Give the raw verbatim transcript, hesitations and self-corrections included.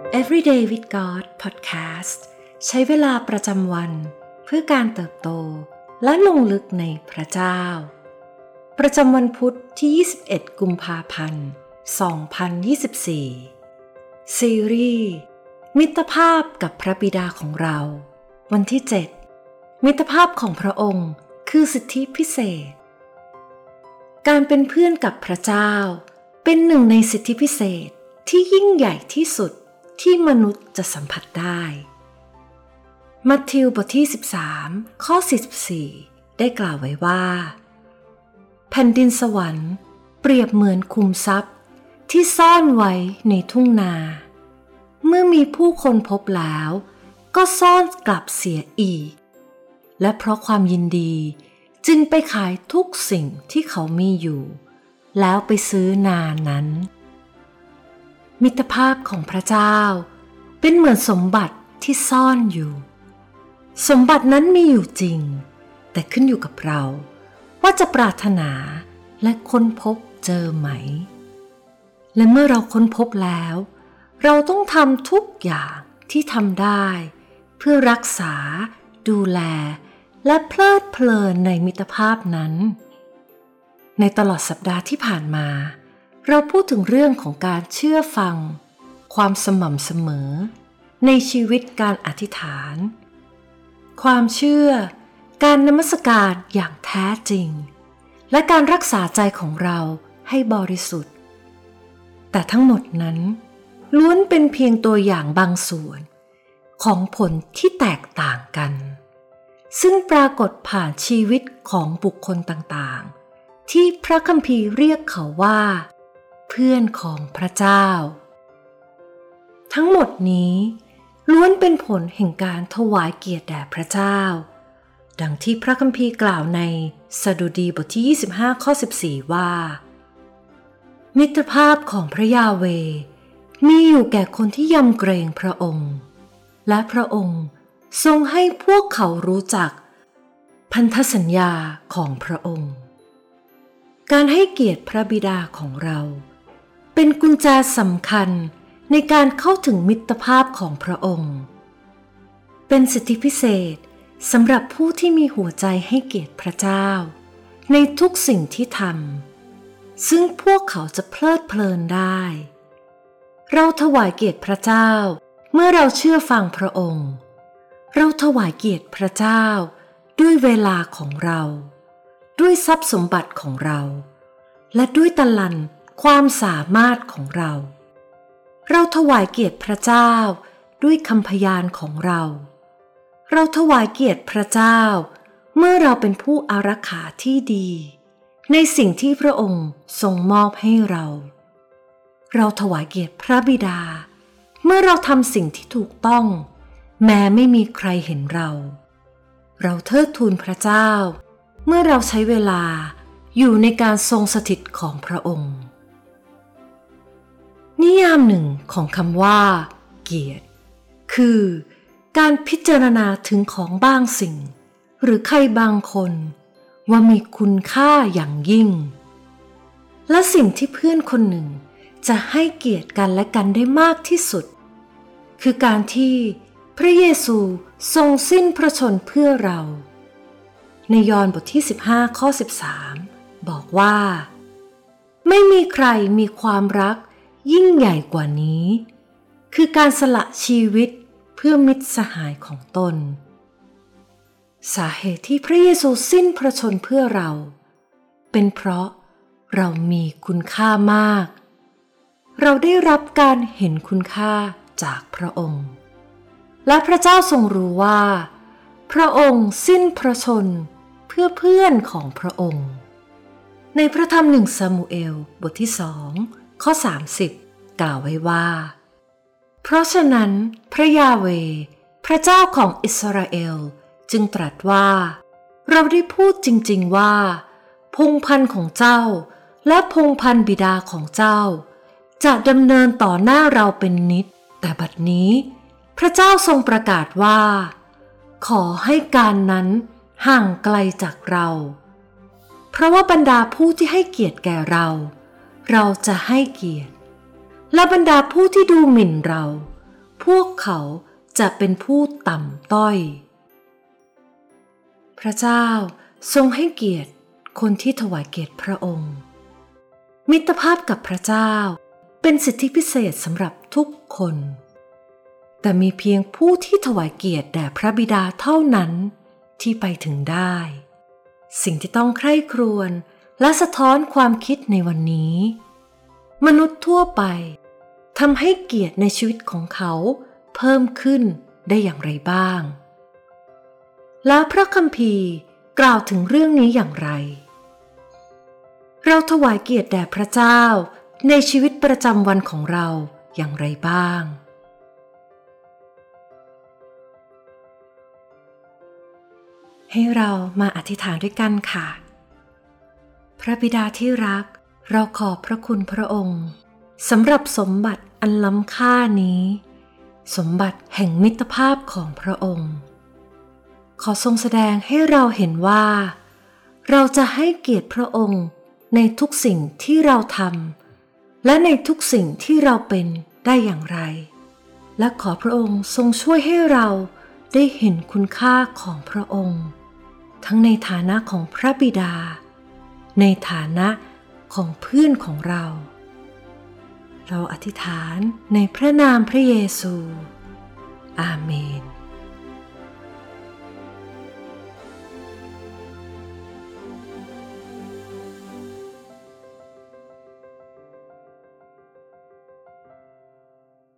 Everyday with God Podcast ใช้เวลาประจำวันเพื่อการเติบโตและลงลึกในพระเจ้าประจำวันพุธที่ยี่สิบเอ็ดกุมภาพันธ์สองพันยี่สิบสี่ซีรีส์มิตรภาพกับพระบิดาของเราวันที่เจ็ดมิตรภาพของพระองค์คือสิทธิพิเศษการเป็นเพื่อนกับพระเจ้าเป็นหนึ่งในสิทธิพิเศษที่ยิ่งใหญ่ที่สุดที่มนุษย์จะสัมผัสได้มัทธิวบทที่สิบสามข้อสี่สิบสี่ได้กล่าวไว้ว่าแผ่นดินสวรรค์เปรียบเหมือนคุมทรัพย์ที่ซ่อนไว้ในทุ่งนาเมื่อมีผู้คนพบแล้วก็ซ่อนกลับเสียอีกและเพราะความยินดีจึงไปขายทุกสิ่งที่เขามีอยู่แล้วไปซื้อนานั้นมิตรภาพของพระเจ้าเป็นเหมือนสมบัติที่ซ่อนอยู่สมบัตินั้นมีอยู่จริงแต่ขึ้นอยู่กับเราว่าจะปรารถนาและค้นพบเจอไหมและเมื่อเราค้นพบแล้วเราต้องทำทุกอย่างที่ทำได้เพื่อรักษาดูแลและเพลิดเพลินในมิตรภาพนั้นในตลอดสัปดาห์ที่ผ่านมาเราพูดถึงเรื่องของการเชื่อฟังความสม่ำเสมอในชีวิตการอธิษฐานความเชื่อการนมัสการอย่างแท้จริงและการรักษาใจของเราให้บริสุทธิ์แต่ทั้งหมดนั้นล้วนเป็นเพียงตัวอย่างบางส่วนของผลที่แตกต่างกันซึ่งปรากฏผ่านชีวิตของบุคคลต่างๆที่พระคัมภีร์เรียกเขาว่าเพื่อนของพระเจ้าทั้งหมดนี้ล้วนเป็นผลแห่งการถวายเกียรติแด่พระเจ้าดังที่พระคัมภีร์กล่าวในสดุดีบทที่ยี่สิบห้าข้อสิบสี่ว่ามิตรภาพของพระยาเวห์มีอยู่แก่คนที่ยำเกรงพระองค์และพระองค์ทรงให้พวกเขารู้จักพันธสัญญาของพระองค์การให้เกียรติพระบิดาของเราเป็นกุญแจสำคัญในการเข้าถึงมิตรภาพของพระองค์เป็นสิทธิพิเศษสำหรับผู้ที่มีหัวใจให้เกียรติพระเจ้าในทุกสิ่งที่ทำซึ่งพวกเขาจะเพลิดเพลินได้เราถวายเกียรติพระเจ้าเมื่อเราเชื่อฟังพระองค์เราถวายเกียรติพระเจ้าด้วยเวลาของเราด้วยทรัพย์สมบัติของเราและด้วยตะลันความสามารถของเราเราถวายเกียรติพระเจ้าด้วยคำพยานของเราเราถวายเกียรติพระเจ้าเมื่อเราเป็นผู้อารักขาที่ดีในสิ่งที่พระองค์ทรงมอบให้เราเราถวายเกียรติพระบิดาเมื่อเราทำสิ่งที่ถูกต้องแม้ไม่มีใครเห็นเราเราเทิดทูนพระเจ้าเมื่อเราใช้เวลาอยู่ในการทรงสถิตของพระองค์นิยามหนึ่งของคำว่าเกียรติคือการพิจารณาถึงของบางสิ่งหรือใครบางคนว่ามีคุณค่าอย่างยิ่งและสิ่งที่เพื่อนคนหนึ่งจะให้เกียรติกันและกันได้มากที่สุดคือการที่พระเยซูทรงสิ้นพระชนเพื่อเราในยอห์นบทที่สิบห้าข้อสิบสามบอกว่าไม่มีใครมีความรักยิ่งใหญ่กว่านี้คือการสละชีวิตเพื่อมิตรสหายของตนสาเหตุที่พระเยซูสิ้นพระชนเพื่อเราเป็นเพราะเรามีคุณค่ามากเราได้รับการเห็นคุณค่าจากพระองค์และพระเจ้าทรงรู้ว่าพระองค์สิ้นพระชนเพื่อเพื่อนของพระองค์ในพระธรรมหนึ่งซามูเอลบทที่สองข้อสามสิบกล่าวไว้ว่าเพราะฉะนั้นพระยาเวห์พระเจ้าของอิสราเอลจึงตรัสว่าเราได้พูดจริงๆว่าพงศ์พันธุ์ของเจ้าและพงศ์พันธุ์บิดาของเจ้าจะดำเนินต่อหน้าเราเป็นนิจแต่บัดนี้พระเจ้าทรงประกาศว่าขอให้การนั้นห่างไกลจากเราเพราะว่าบรรดาผู้ที่ให้เกียรติแก่เราเราจะให้เกียรติและบรรดาผู้ที่ดูหมิ่นเราพวกเขาจะเป็นผู้ต่ำต้อยพระเจ้าทรงให้เกียรติคนที่ถวายเกียรติพระองค์มิตรภาพกับพระเจ้าเป็นสิทธิพิเศษสำหรับทุกคนแต่มีเพียงผู้ที่ถวายเกียรติแด่พระบิดาเท่านั้นที่ไปถึงได้สิ่งที่ต้องใคร่ครวญและสะท้อนความคิดในวันนี้มนุษย์ทั่วไปทำให้เกียรติในชีวิตของเขาเพิ่มขึ้นได้อย่างไรบ้างแล้วพระคัมภีร์กล่าวถึงเรื่องนี้อย่างไรเราถวายเกียรติแด่พระเจ้าในชีวิตประจำวันของเราอย่างไรบ้างให้เรามาอธิษฐานด้วยกันค่ะพระบิดาที่รักเราขอบพระคุณพระองค์สำหรับสมบัติอันล้ำค่านี้สมบัติแห่งมิตรภาพของพระองค์ขอทรงแสดงให้เราเห็นว่าเราจะให้เกียรติพระองค์ในทุกสิ่งที่เราทำและในทุกสิ่งที่เราเป็นได้อย่างไรและขอพระองค์ทรงช่วยให้เราได้เห็นคุณค่าของพระองค์ทั้งในฐานะของพระบิดาในฐานะของเพื่อนของเราเราอธิษฐานในพระนามพระเยซูอาเมน